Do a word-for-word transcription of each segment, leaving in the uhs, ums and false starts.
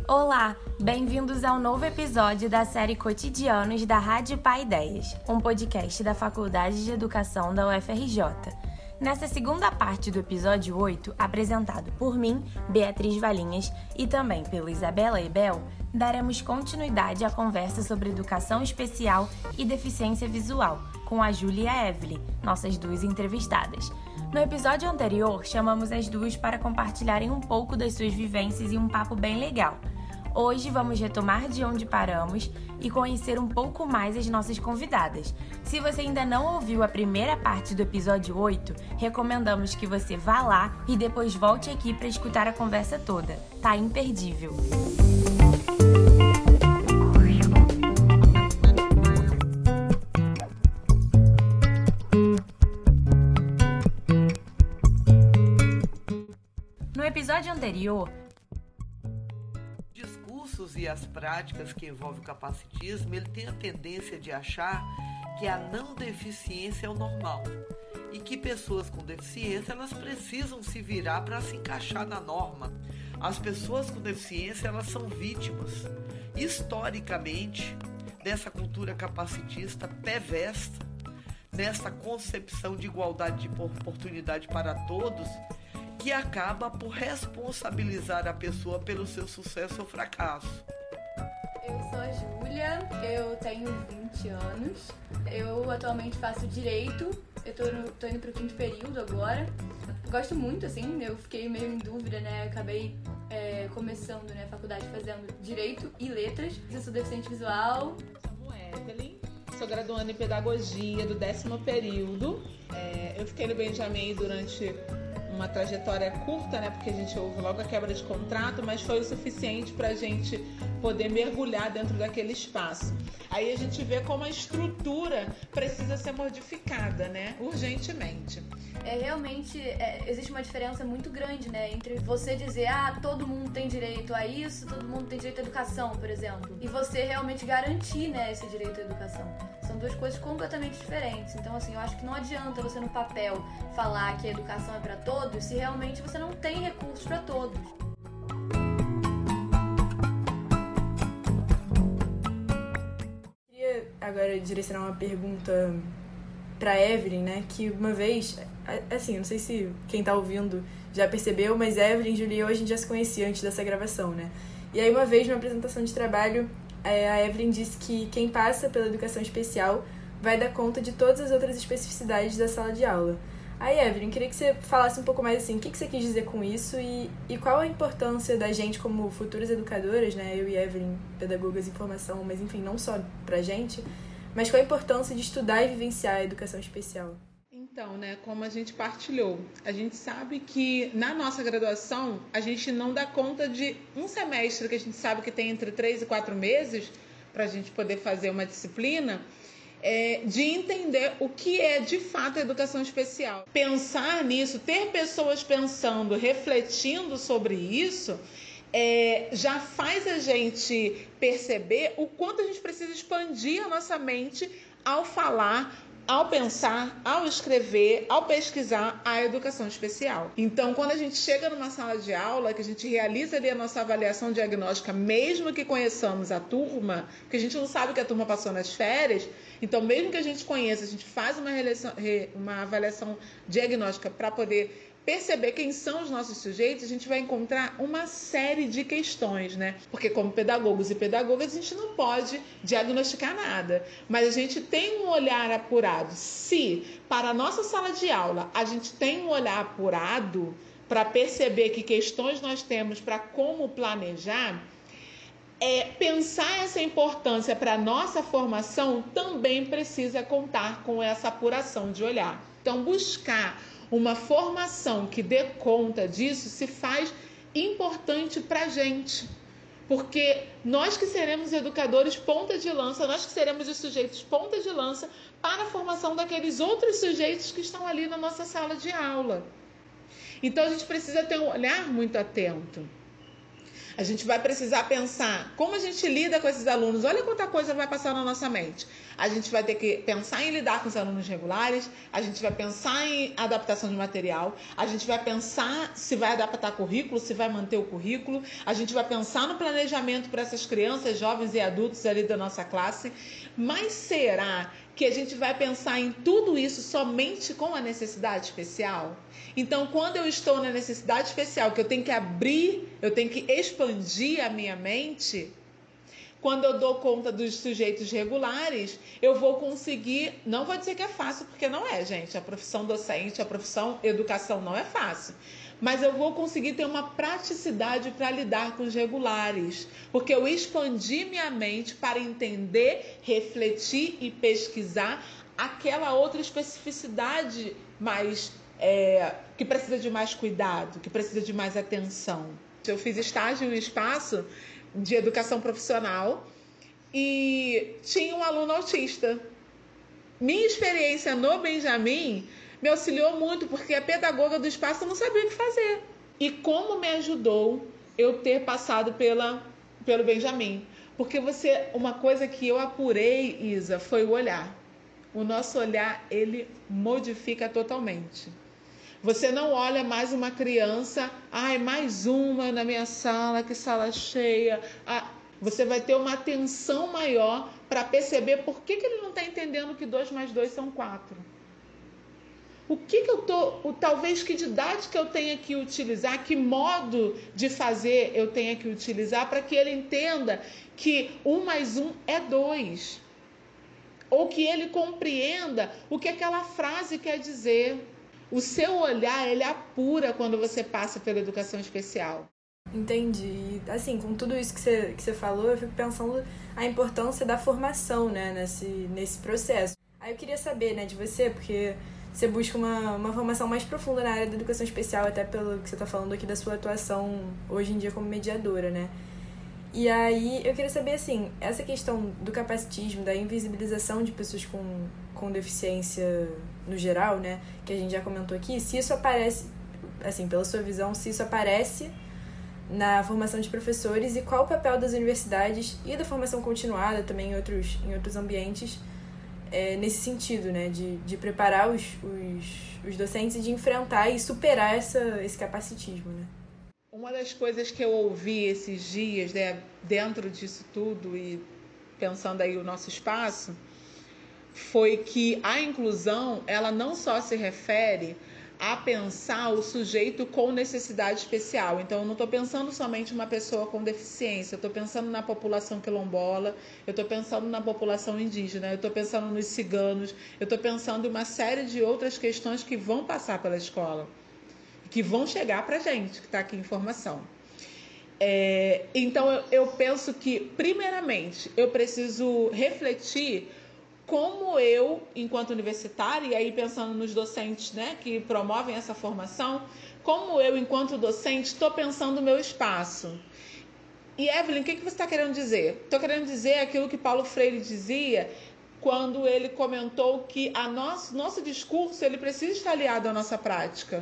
Olá, bem-vindos ao novo episódio da série Cotidianos da Rádio Pai Ideias, um podcast da Faculdade de Educação da U F R J. Nessa segunda parte do episódio oito, apresentado por mim, Beatriz Valinhas, e também pela Isabela Ebel, daremos continuidade à conversa sobre educação especial e deficiência visual, com a Júlia e a Evelyn, nossas duas entrevistadas. No episódio anterior, chamamos as duas para compartilharem um pouco das suas vivências e um papo bem legal. Hoje vamos retomar de onde paramos e conhecer um pouco mais as nossas convidadas. Se você ainda não ouviu a primeira parte do episódio oito, recomendamos que você vá lá e depois volte aqui para escutar a conversa toda. Tá imperdível! No episódio anterior, e as práticas que envolvem o capacitismo, ele tem a tendência de achar que a não deficiência é o normal e que pessoas com deficiência elas precisam se virar para se encaixar na norma. As pessoas com deficiência elas são vítimas, historicamente, dessa cultura capacitista perversa, nessa concepção de igualdade de oportunidade para todos, que acaba por responsabilizar a pessoa pelo seu sucesso ou fracasso. Eu sou a Júlia, eu tenho vinte anos, eu atualmente faço Direito, eu tô, no, tô indo pro quinto período agora. Gosto muito, assim, eu fiquei meio em dúvida, né, acabei é, começando, né, a faculdade fazendo Direito e Letras. Eu sou deficiente visual. Eu sou Evelyn, sou graduanda em Pedagogia do décimo período. É, eu fiquei no Benjamin durante uma trajetória curta, né, porque a gente houve logo a quebra de contrato, mas foi o suficiente para a gente poder mergulhar dentro daquele espaço. Aí a gente vê como a estrutura precisa ser modificada, né, urgentemente. É, realmente, é, existe uma diferença muito grande, né, entre você dizer, ah, todo mundo tem direito a isso, todo mundo tem direito à educação, por exemplo, e você realmente garantir, né, esse direito à educação. São duas coisas completamente diferentes. Então, assim, eu acho que não adianta você no papel falar que a educação é para todos se realmente você não tem recursos para todos. Eu queria agora direcionar uma pergunta para Evelyn, né? Que uma vez, assim, não sei se quem tá ouvindo já percebeu, mas Evelyn, Julia e eu, a gente já se conhecia antes dessa gravação, né? E aí uma vez, numa apresentação de trabalho, a Evelyn disse que quem passa pela educação especial vai dar conta de todas as outras especificidades da sala de aula. Aí, Evelyn, queria que você falasse um pouco mais assim, o que você quis dizer com isso e, e qual a importância da gente como futuras educadoras, né? Eu e Evelyn, pedagogas em formação, mas enfim, não só pra gente, mas qual a importância de estudar e vivenciar a educação especial? Então, né, como a gente partilhou, a gente sabe que na nossa graduação a gente não dá conta de um semestre, que a gente sabe que tem entre três e quatro meses para a gente poder fazer uma disciplina, é, de entender o que é de fato a educação especial. Pensar nisso, ter pessoas pensando, refletindo sobre isso, é, já faz a gente perceber o quanto a gente precisa expandir a nossa mente ao falar, ao pensar, ao escrever, ao pesquisar a educação especial. Então, quando a gente chega numa sala de aula, que a gente realiza ali a nossa avaliação diagnóstica, mesmo que conheçamos a turma, porque a gente não sabe que a turma passou nas férias, então mesmo que a gente conheça, a gente faz uma, relação, uma avaliação diagnóstica para poder perceber quem são os nossos sujeitos, a gente vai encontrar uma série de questões, né? Porque como pedagogos e pedagogas, a gente não pode diagnosticar nada, mas a gente tem um olhar apurado. Se para a nossa sala de aula a gente tem um olhar apurado para perceber que questões nós temos para como planejar, é, pensar essa importância para a nossa formação também precisa contar com essa apuração de olhar. Então, buscar uma formação que dê conta disso se faz importante para a gente. Porque nós que seremos educadores ponta de lança, nós que seremos os sujeitos ponta de lança para a formação daqueles outros sujeitos que estão ali na nossa sala de aula. Então a gente precisa ter um olhar muito atento. A gente vai precisar pensar como a gente lida com esses alunos. Olha quanta coisa vai passar na nossa mente. A gente vai ter que pensar em lidar com os alunos regulares, a gente vai pensar em adaptação de material, a gente vai pensar se vai adaptar currículo, se vai manter o currículo, a gente vai pensar no planejamento para essas crianças, jovens e adultos ali da nossa classe. Mas será que a gente vai pensar em tudo isso somente com a necessidade especial? Então, quando eu estou na necessidade especial, que eu tenho que abrir, eu tenho que expandir a minha mente, quando eu dou conta dos sujeitos regulares, eu vou conseguir, não vou dizer que é fácil, porque não é, gente. A profissão docente, a profissão educação não é fácil. Mas eu vou conseguir ter uma praticidade para lidar com os regulares, porque eu expandi minha mente para entender, refletir e pesquisar aquela outra especificidade mais é, que precisa de mais cuidado, que precisa de mais atenção. Eu fiz estágio em um espaço de educação profissional e tinha um aluno autista. Minha experiência no Benjamin me auxiliou muito, porque a pedagoga do espaço não sabia o que fazer. E como me ajudou eu ter passado pela, pelo Benjamin. Porque você, uma coisa que eu apurei, Isa, foi o olhar. O nosso olhar, ele modifica totalmente. Você não olha mais uma criança, ai, mais uma na minha sala, que sala cheia. Ah, você vai ter uma atenção maior para perceber por que, que ele não está entendendo que dois mais dois são quatro. O que, que eu tô, o, talvez que didática eu tenha que utilizar, que modo de fazer eu tenha que utilizar para que ele entenda que um mais um é dois. Ou que ele compreenda o que aquela frase quer dizer. O seu olhar, ele apura quando você passa pela educação especial. Entendi. Assim, com tudo isso que você, que você falou, eu fico pensando a importância da formação, né, nesse, nesse processo. Aí eu queria saber, né, de você, porque você busca uma, uma formação mais profunda na área da educação especial, até pelo que você está falando aqui da sua atuação hoje em dia como mediadora, né? E aí eu queria saber, assim, essa questão do capacitismo, da invisibilização de pessoas com, com deficiência no geral, né, que a gente já comentou aqui, se isso aparece, assim, pela sua visão, se isso aparece na formação de professores e qual o papel das universidades e da formação continuada também em outros, em outros ambientes é, nesse sentido, né, de, de preparar os, os, os docentes e de enfrentar e superar essa, esse capacitismo, né? Uma das coisas que eu ouvi esses dias, né, dentro disso tudo e pensando aí o nosso espaço, foi que a inclusão, ela não só se refere a pensar o sujeito com necessidade especial. Então, eu não estou pensando somente uma pessoa com deficiência, eu estou pensando na população quilombola, eu estou pensando na população indígena, eu estou pensando nos ciganos, eu estou pensando em uma série de outras questões que vão passar pela escola, que vão chegar para a gente, que está aqui em formação. É, então, eu, eu penso que, primeiramente, eu preciso refletir como eu, enquanto universitária, e aí pensando nos docentes, né, que promovem essa formação, como eu, enquanto docente, estou pensando o meu espaço. E, Evelyn, o que, que você está querendo dizer? Estou querendo dizer aquilo que Paulo Freire dizia quando ele comentou que a nosso, nosso discurso ele precisa estar aliado à nossa prática.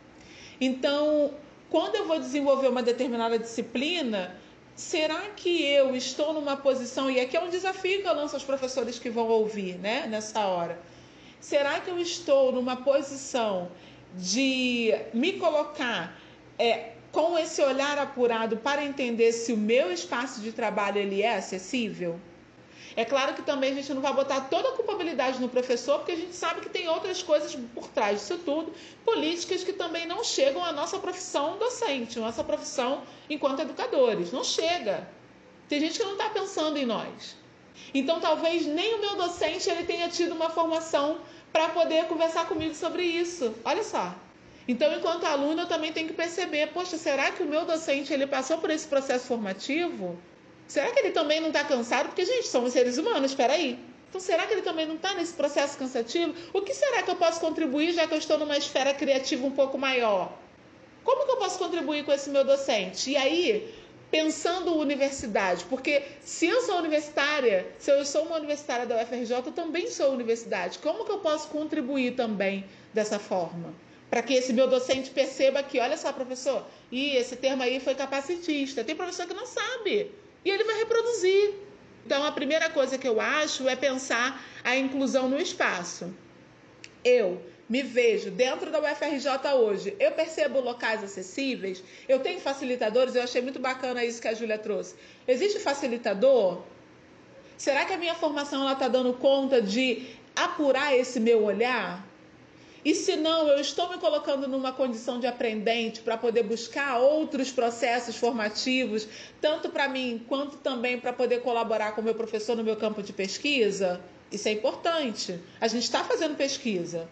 Então, quando eu vou desenvolver uma determinada disciplina, será que eu estou numa posição, e aqui é um desafio que eu lanço aos professores que vão ouvir, né, nessa hora, será que eu estou numa posição de me colocar é, com esse olhar apurado para entender se o meu espaço de trabalho ele é acessível? É claro que também a gente não vai botar toda a culpabilidade no professor, porque a gente sabe que tem outras coisas por trás disso tudo, políticas que também não chegam à nossa profissão docente, à nossa profissão enquanto educadores. Não chega. Tem gente que não está pensando em nós. Então, talvez nem o meu docente ele tenha tido uma formação para poder conversar comigo sobre isso. Olha só. Então, enquanto aluno, eu também tenho que perceber, poxa, será que o meu docente ele passou por esse processo formativo? Será que ele também não está cansado? Porque, gente, somos seres humanos, espera aí. Então, será que ele também não está nesse processo cansativo? O que será que eu posso contribuir, já que eu estou numa esfera criativa um pouco maior? Como que eu posso contribuir com esse meu docente? E aí, pensando universidade, porque se eu sou universitária, se eu sou uma universitária da U F R J, eu também sou universidade. Como que eu posso contribuir também dessa forma? para que esse meu docente perceba que, olha só, professor, e esse termo aí foi capacitista. Tem professor que não sabe e ele vai reproduzir. Então, a primeira coisa que eu acho é pensar a inclusão no espaço. Eu me vejo dentro da U F R J hoje, eu percebo locais acessíveis, eu tenho facilitadores, eu achei muito bacana isso que a Júlia trouxe. Existe facilitador? Será que a minha formação está dando conta de apurar esse meu olhar? E se não, eu estou me colocando numa condição de aprendente para poder buscar outros processos formativos, tanto para mim quanto também para poder colaborar com o meu professor no meu campo de pesquisa? Isso é importante. A gente está fazendo pesquisa.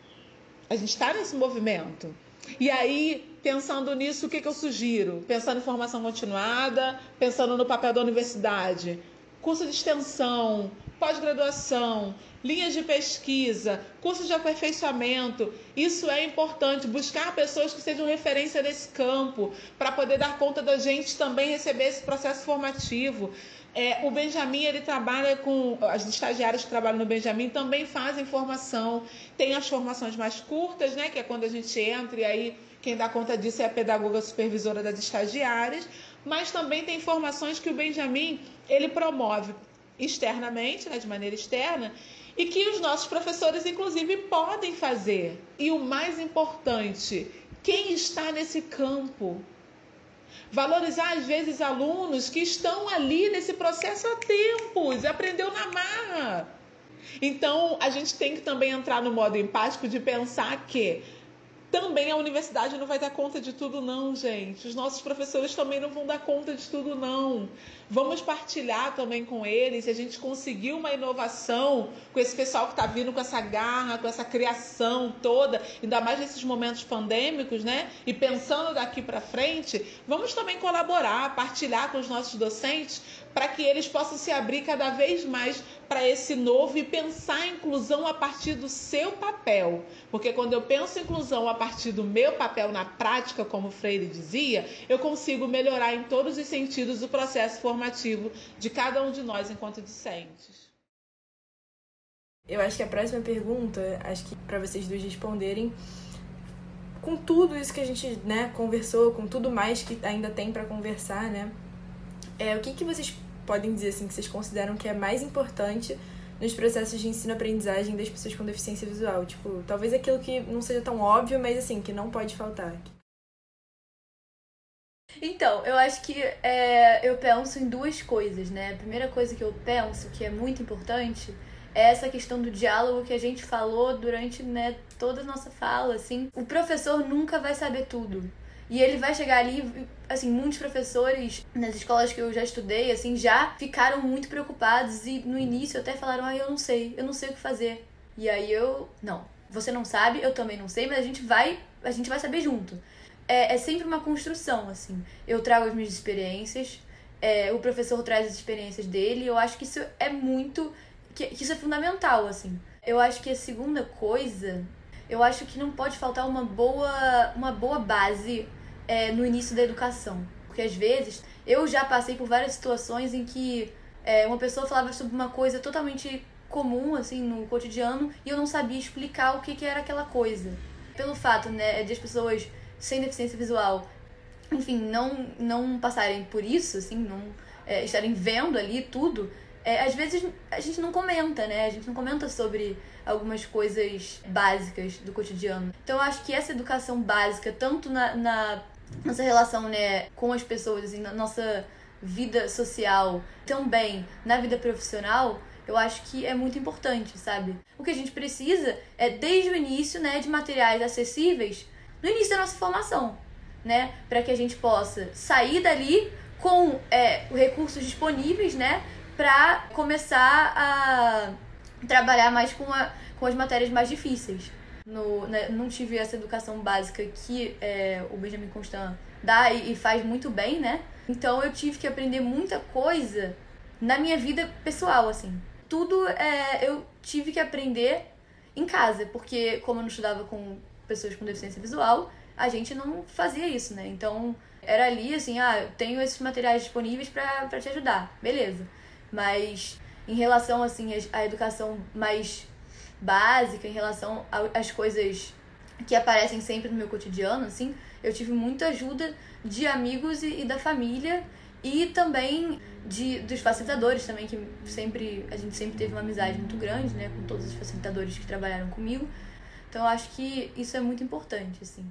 A gente está nesse movimento. E aí, pensando nisso, o que, que eu sugiro? Pensando em formação continuada, pensando no papel da universidade. Curso de extensão, pós-graduação, linhas de pesquisa, cursos de aperfeiçoamento. Isso é importante, buscar pessoas que sejam referência nesse campo, para poder dar conta da gente também receber esse processo formativo. É, o Benjamin, ele trabalha com... As estagiárias que trabalham no Benjamin também fazem formação. Tem as formações mais curtas, né, que é quando a gente entra e aí quem dá conta disso é a pedagoga supervisora das estagiárias. Mas também tem formações que o Benjamin, ele promove externamente, né, de maneira externa, e que os nossos professores, inclusive, podem fazer. E o mais importante, quem está nesse campo? Valorizar, às vezes, alunos que estão ali nesse processo há tempos, aprendeu na marra. Então, a gente tem que também entrar no modo empático de pensar que também a universidade não vai dar conta de tudo não, gente. Os nossos professores também não vão dar conta de tudo não. Vamos partilhar também com eles. Se a gente conseguir uma inovação com esse pessoal que está vindo com essa garra, com essa criação toda, ainda mais nesses momentos pandêmicos, né? E pensando daqui para frente, vamos também colaborar, partilhar com os nossos docentes para que eles possam se abrir cada vez mais para esse novo e pensar a inclusão a partir do seu papel. Porque quando eu penso em inclusão a partir do meu papel na prática, como Freire dizia, eu consigo melhorar em todos os sentidos o processo formativo de cada um de nós enquanto discentes. Eu acho que a próxima pergunta, acho que para vocês dois responderem, com tudo isso que a gente, né, conversou, com tudo mais que ainda tem para conversar, né, é, o que, que vocês podem dizer assim, que vocês consideram que é mais importante nos processos de ensino-aprendizagem das pessoas com deficiência visual? Tipo, talvez aquilo que não seja tão óbvio, mas assim, que não pode faltar. Então, eu acho que é, eu penso em duas coisas, né? A primeira coisa que eu penso, que é muito importante, é essa questão do diálogo que a gente falou durante, né, toda a nossa fala, assim. O professor nunca vai saber tudo. E ele vai chegar ali, assim, muitos professores nas escolas que eu já estudei, assim, já ficaram muito preocupados e no início até falaram, ah, eu não sei, eu não sei o que fazer. E aí eu, não, você não sabe, eu também não sei, mas a gente vai, a gente vai saber junto. É, é sempre uma construção, assim. Eu trago as minhas experiências, é, o professor traz as experiências dele, eu acho que isso é muito, que, que isso é fundamental, assim. Eu acho que a segunda coisa, eu acho que não pode faltar uma boa, uma boa base é, no início da educação. Porque às vezes, eu já passei por várias situações em que é, uma pessoa falava sobre uma coisa totalmente comum, assim, no cotidiano, e eu não sabia explicar o que, que era aquela coisa. Pelo fato, né, de as pessoas sem deficiência visual, enfim, não, não passarem por isso, assim, não é, estarem vendo ali tudo, é, às vezes a gente não comenta, né? A gente não comenta sobre algumas coisas básicas do cotidiano. Então eu acho que essa educação básica, tanto na, na nossa relação, né, com as pessoas, assim, na nossa vida social, também na vida profissional, eu acho que é muito importante, sabe? O que a gente precisa é, desde o início, né, de materiais acessíveis no início da nossa formação, né? Para que a gente possa sair dali com é, recursos disponíveis, né? Para começar a trabalhar mais com, a, com as matérias mais difíceis. No, né, não tive essa educação básica que é, o Benjamin Constant dá e, e faz muito bem, né? Então eu tive que aprender muita coisa na minha vida pessoal, assim. Tudo é, eu tive que aprender em casa, porque como eu não estudava com pessoas com deficiência visual, a gente não fazia isso, né? Então era ali assim, ah, eu tenho esses materiais disponíveis pra, pra te ajudar, beleza. Mas em relação, assim, à educação mais básica, em relação às coisas que aparecem sempre no meu cotidiano, assim, eu tive muita ajuda de amigos e, e da família, e também de, dos facilitadores também, que sempre, a gente sempre teve uma amizade muito grande, né, com todos os facilitadores que trabalharam comigo. Então eu acho que isso é muito importante, assim.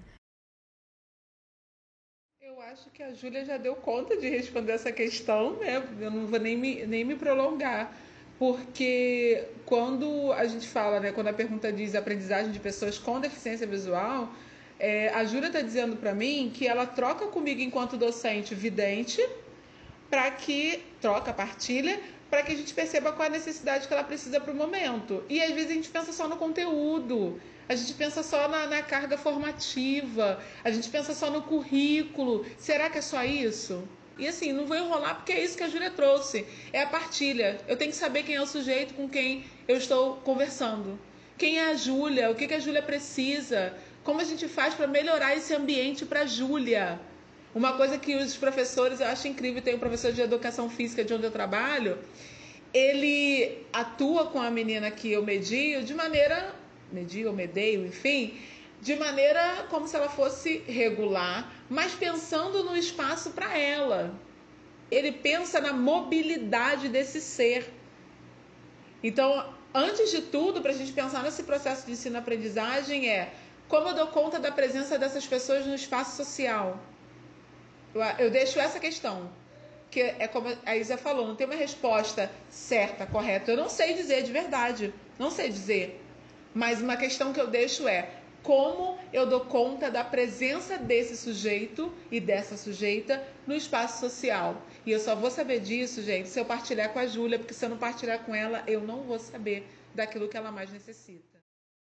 Eu acho que a Júlia já deu conta de responder essa questão, né? Eu não vou nem me, nem me prolongar, porque quando a gente fala, né, quando a pergunta diz aprendizagem de pessoas com deficiência visual, é, a Júlia está dizendo para mim que ela troca comigo enquanto docente vidente, para que, troca, partilha, para que a gente perceba qual é a necessidade que ela precisa para o momento. E às vezes a gente pensa só no conteúdo, a gente pensa só na, na carga formativa, a gente pensa só no currículo. Será que é só isso? E assim, não vou enrolar porque é isso que a Júlia trouxe, é a partilha. Eu tenho que saber quem é o sujeito com quem eu estou conversando. Quem é a Júlia? O que, que a Júlia precisa? Como a gente faz para melhorar esse ambiente para a Júlia? Uma coisa que os professores, eu acho incrível, tem um professor de educação física de onde eu trabalho, ele atua com a menina que eu medio de maneira, medio ou medeio, enfim, de maneira como se ela fosse regular, mas pensando no espaço para ela. Ele pensa na mobilidade desse ser. Então, antes de tudo, para a gente pensar nesse processo de ensino-aprendizagem é como eu dou conta da presença dessas pessoas no espaço social. Eu, eu deixo essa questão, que é como a Isa falou, não tem uma resposta certa, correta. Eu não sei dizer de verdade, não sei dizer. Mas uma questão que eu deixo é como eu dou conta da presença desse sujeito e dessa sujeita no espaço social. E eu só vou saber disso, gente, se eu partilhar com a Júlia, porque se eu não partilhar com ela, eu não vou saber daquilo que ela mais necessita.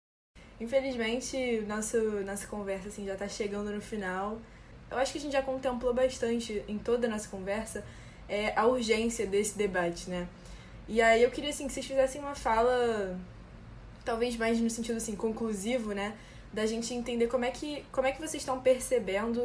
Infelizmente, nosso, nossa conversa assim, já está chegando no final. Eu acho que a gente já contemplou bastante em toda a nossa conversa é, a urgência desse debate, né? E aí eu queria assim, que vocês fizessem uma fala, talvez mais no sentido assim, conclusivo, né? Da gente entender como é que, como é que vocês estão percebendo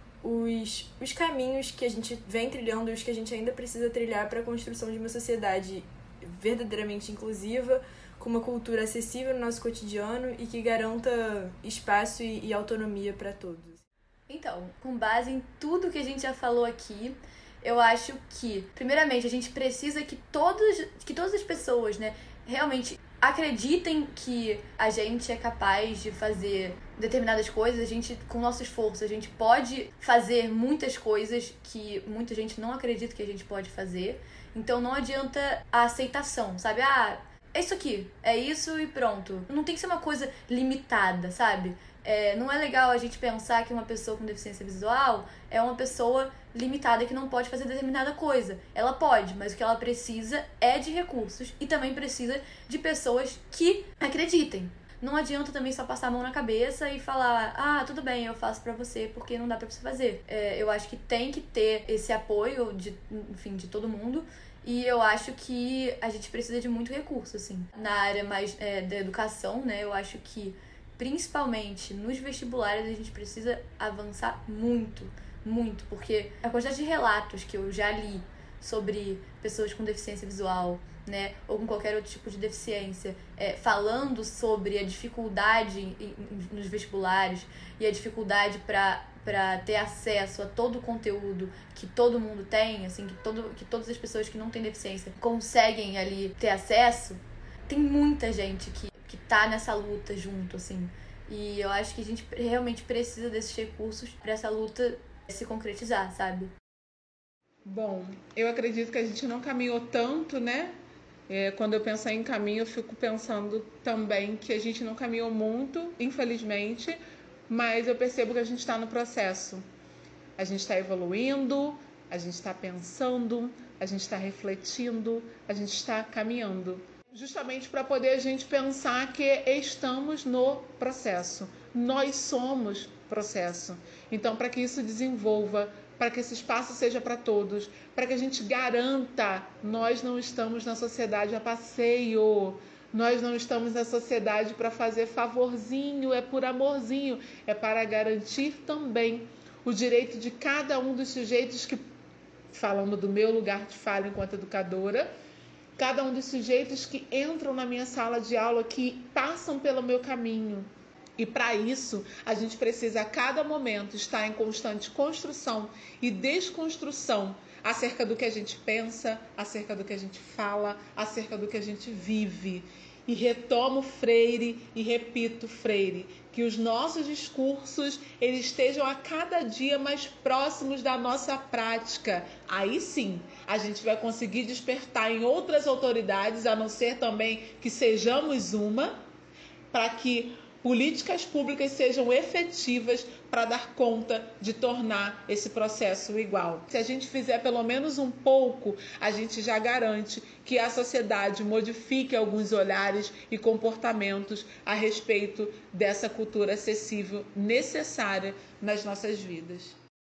os, os caminhos que a gente vem trilhando e os que a gente ainda precisa trilhar para a construção de uma sociedade verdadeiramente inclusiva, com uma cultura acessível no nosso cotidiano e que garanta espaço e, e autonomia para todos. Então, com base em tudo que a gente já falou aqui, eu acho que, primeiramente, a gente precisa que, todos, que todas as pessoas, né, realmente acreditem que a gente é capaz de fazer determinadas coisas, a gente, com nosso esforço, a gente pode fazer muitas coisas que muita gente não acredita que a gente pode fazer. Então não adianta a aceitação, sabe? Ah, é isso aqui, é isso e pronto. Não tem que ser uma coisa limitada, sabe? É, não é legal a gente pensar que uma pessoa com deficiência visual é uma pessoa limitada que não pode fazer determinada coisa. Ela pode, mas o que ela precisa é de recursos e também precisa de pessoas que acreditem. Não adianta também só passar a mão na cabeça e falar, ah, tudo bem, eu faço pra você porque não dá pra você fazer. É, eu acho que tem que ter esse apoio, de, enfim, de todo mundo. E eu acho que a gente precisa de muito recurso, assim. Na área mais é, da educação, né, eu acho que principalmente nos vestibulares a gente precisa avançar muito, muito, porque a quantidade de relatos que eu já li sobre pessoas com deficiência visual, né, ou com qualquer outro tipo de deficiência, é, falando sobre a dificuldade em, em, nos vestibulares e a dificuldade para para ter acesso a todo o conteúdo que todo mundo tem, assim, que, todo, que todas as pessoas que não têm deficiência conseguem ali ter acesso, tem muita gente que que tá nessa luta junto, assim. E eu acho que a gente realmente precisa desses recursos para essa luta se concretizar, sabe? Bom, eu acredito que a gente não caminhou tanto, né? É, quando eu penso em caminho, eu fico pensando também que a gente não caminhou muito, infelizmente, mas eu percebo que a gente está no processo. A gente está evoluindo, a gente está pensando, a gente está refletindo, a gente está caminhando. Justamente para poder a gente pensar que estamos no processo. Nós somos processo. Então, para que isso desenvolva, para que esse espaço seja para todos, para que a gente garanta, nós não estamos na sociedade a passeio, nós não estamos na sociedade para fazer favorzinho, é por amorzinho, é para garantir também o direito de cada um dos sujeitos que, falando do meu lugar de fala enquanto educadora, cada um dos sujeitos que entram na minha sala de aula, que passam pelo meu caminho, E para isso, a gente precisa a cada momento estar em constante construção e desconstrução acerca do que a gente pensa, acerca do que a gente fala, acerca do que a gente vive. E retomo Freire e repito Freire, que os nossos discursos eles estejam a cada dia mais próximos da nossa prática. Aí sim, a gente vai conseguir despertar em outras autoridades, a não ser também que sejamos uma, para que políticas públicas sejam efetivas para dar conta de tornar esse processo igual. Se a gente fizer pelo menos um pouco, a gente já garante que a sociedade modifique alguns olhares e comportamentos a respeito dessa cultura acessível necessária nas nossas vidas.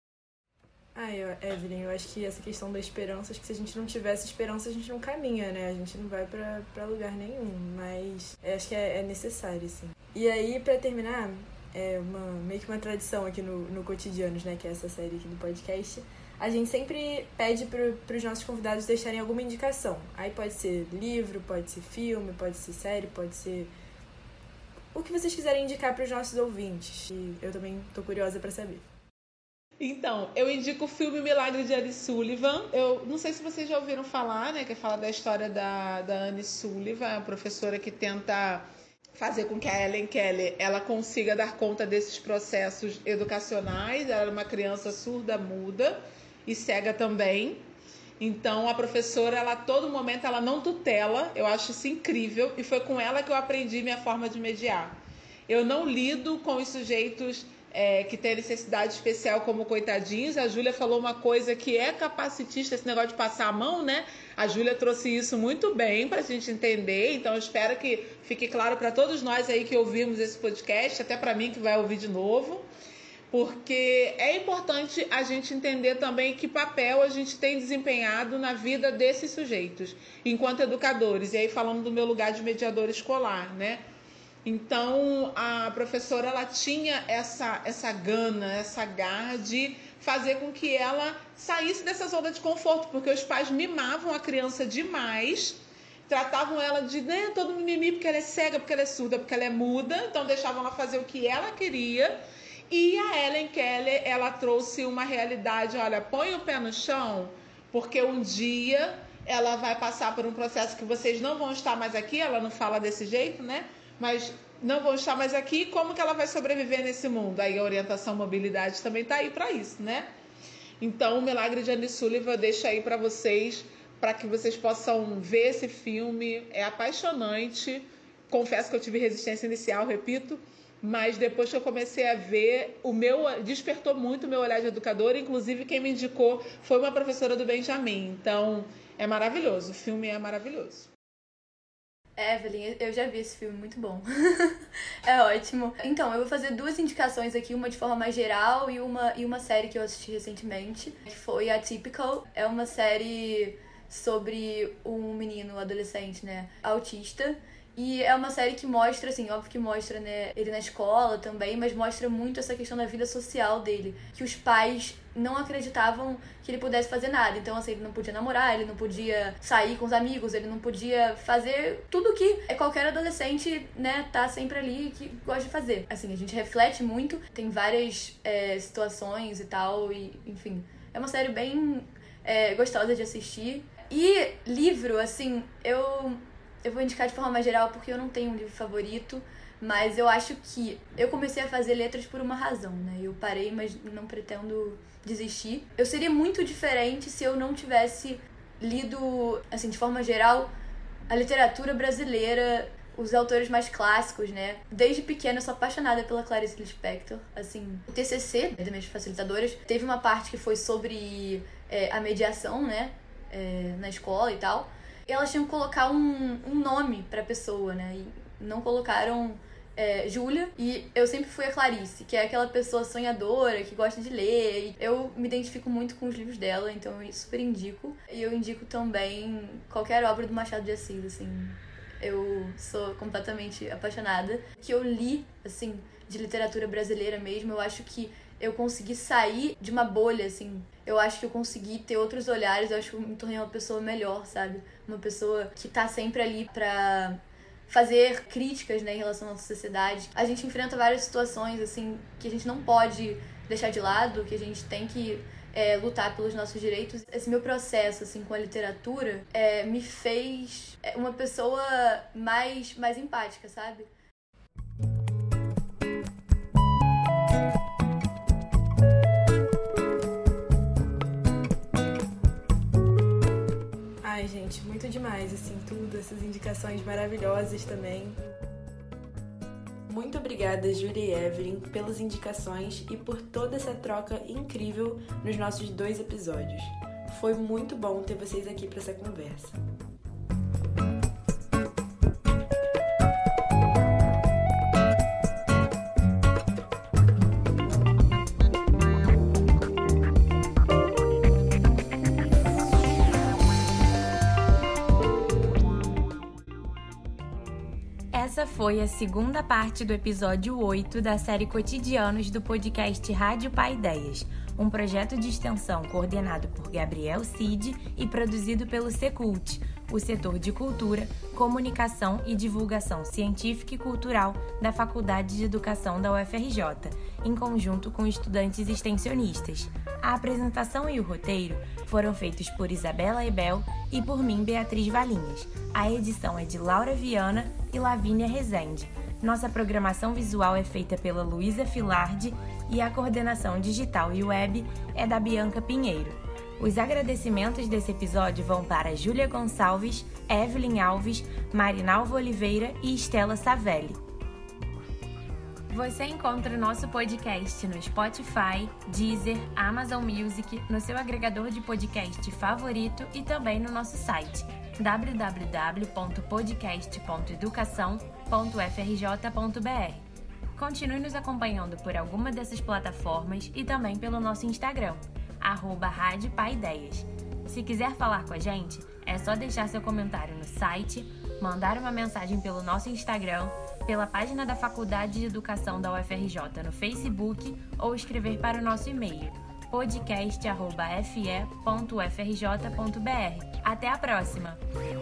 Ah, eu, Evelyn, eu acho que essa questão da esperança, acho que se a gente não tivesse esperança, a gente não caminha, né? A gente não vai pra, pra lugar nenhum, mas acho que é, é necessário, sim. E aí, pra terminar, é uma, meio que uma tradição aqui no, no Cotidianos, né? Que é essa série aqui do podcast. A gente sempre pede pro, pros nossos convidados deixarem alguma indicação. Aí pode ser livro, pode ser filme, pode ser série, pode ser o que vocês quiserem indicar pros nossos ouvintes. E eu também tô curiosa pra saber. Então, eu indico o filme Milagre de Annie Sullivan. Eu não sei se vocês já ouviram falar, né? Que fala da história da, da Annie Sullivan, a professora que tenta fazer com que a Helen Keller ela consiga dar conta desses processos educacionais. Ela era uma criança surda, muda e cega também. Então, a professora, ela a todo momento, ela não tutela. Eu acho isso incrível. E foi com ela que eu aprendi minha forma de mediar. Eu não lido com os sujeitos... É, que tem necessidade especial como coitadinhos. A Júlia falou uma coisa que é capacitista, esse negócio de passar a mão, né? A Júlia trouxe isso muito bem para a gente entender, então eu espero que fique claro para todos nós aí que ouvimos esse podcast, até para mim que vai ouvir de novo, porque é importante a gente entender também que papel a gente tem desempenhado na vida desses sujeitos, enquanto educadores, e aí falando do meu lugar de mediador escolar, né? Então, a professora ela tinha essa, essa gana, essa garra de fazer com que ela saísse dessa zona de conforto, porque os pais mimavam a criança demais, tratavam ela de né, todo mimimi porque ela é cega, porque ela é surda, porque ela é muda, então deixavam ela fazer o que ela queria. E a Helen Keller, ela trouxe uma realidade, olha, põe o pé no chão, porque um dia ela vai passar por um processo que vocês não vão estar mais aqui, ela não fala desse jeito, né? Mas não vão estar mais aqui, como que ela vai sobreviver nesse mundo? Aí a orientação mobilidade também está aí para isso, né? Então, o Milagre de Annie Sullivan eu deixo aí para vocês, para que vocês possam ver esse filme. É apaixonante. Confesso que eu tive resistência inicial, repito, mas depois que eu comecei a ver, o meu despertou muito o meu olhar de educadora. Inclusive, quem me indicou foi uma professora do Benjamin. Então, é maravilhoso. O filme é maravilhoso. Evelyn, eu já vi esse filme, muito bom. É ótimo. Então, eu vou fazer duas indicações aqui, uma de forma mais geral e uma, e uma série que eu assisti recentemente, que foi Atypical. É uma série sobre um menino, adolescente, né, autista. E é uma série que mostra, assim, óbvio que mostra, né, ele na escola também, mas mostra muito essa questão da vida social dele. Que os pais não acreditavam que ele pudesse fazer nada. Então, assim, ele não podia namorar, ele não podia sair com os amigos, ele não podia fazer tudo que qualquer adolescente, né, tá sempre ali que gosta de fazer. Assim, a gente reflete muito, tem várias é, situações e tal, e enfim. É uma série bem é, gostosa de assistir. E livro, assim, eu... Eu vou indicar de forma mais geral porque eu não tenho um livro favorito, mas eu acho que eu comecei a fazer letras por uma razão, né? Eu parei, mas não pretendo desistir. Eu seria muito diferente se eu não tivesse lido, assim, de forma geral, a literatura brasileira, os autores mais clássicos, né? Desde pequena eu sou apaixonada pela Clarice Lispector. Assim, o T C C, das minhas facilitadoras, teve uma parte que foi sobre é, a mediação, né? É, na escola e tal. E elas tinham que colocar um, um nome pra pessoa, né? E não colocaram é, Júlia. E eu sempre fui a Clarice, que é aquela pessoa sonhadora, que gosta de ler. E eu me identifico muito com os livros dela, então eu super indico. E eu indico também qualquer obra do Machado de Assis, assim. Eu sou completamente apaixonada. Que eu li, assim, de literatura brasileira mesmo, eu acho que eu consegui sair de uma bolha, assim. Eu acho que eu consegui ter outros olhares, eu acho que eu me tornei uma pessoa melhor, sabe? Uma pessoa que tá sempre ali pra fazer críticas, né, em relação à nossa sociedade. A gente enfrenta várias situações, assim, que a gente não pode deixar de lado, que a gente tem que é, lutar pelos nossos direitos. Esse meu processo, assim, com a literatura é, me fez uma pessoa mais, mais empática, sabe? Ai, gente, muito demais, assim, tudo, essas indicações maravilhosas também. Muito obrigada, Júlia e Evelyn, pelas indicações e por toda essa troca incrível nos nossos dois episódios. Foi muito bom ter vocês aqui para essa conversa. Essa foi a segunda parte do episódio oito da série Cotidianos do podcast Rádio Paideias, um projeto de extensão coordenado por Gabriel Cid e produzido pelo Secult, o setor de cultura, comunicação e divulgação científica e cultural da Faculdade de Educação da U F R J, em conjunto com estudantes extensionistas. A apresentação e o roteiro foram feitos por Isabela Ebel e por mim, Beatriz Valinhas. A edição é de Laura Viana e Lavínia Rezende. Nossa programação visual é feita pela Luísa Filardi e a coordenação digital e web é da Bianca Pinheiro. Os agradecimentos desse episódio vão para Júlia Gonçalves, Evelyn Alves, Marinalva Oliveira e Estela Savelli. Você encontra o nosso podcast no Spotify, Deezer, Amazon Music, no seu agregador de podcast favorito e também no nosso site w w w ponto podcast ponto educação ponto f r j ponto b r. Continue nos acompanhando por alguma dessas plataformas e também pelo nosso Instagram, arroba Rádio Paideias. Se quiser falar com a gente, é só deixar seu comentário no site, mandar uma mensagem pelo nosso Instagram, pela página da Faculdade de Educação da U F R J no Facebook ou escrever para o nosso e-mail, podcast arroba f e ponto u f r j ponto b r. Até a próxima!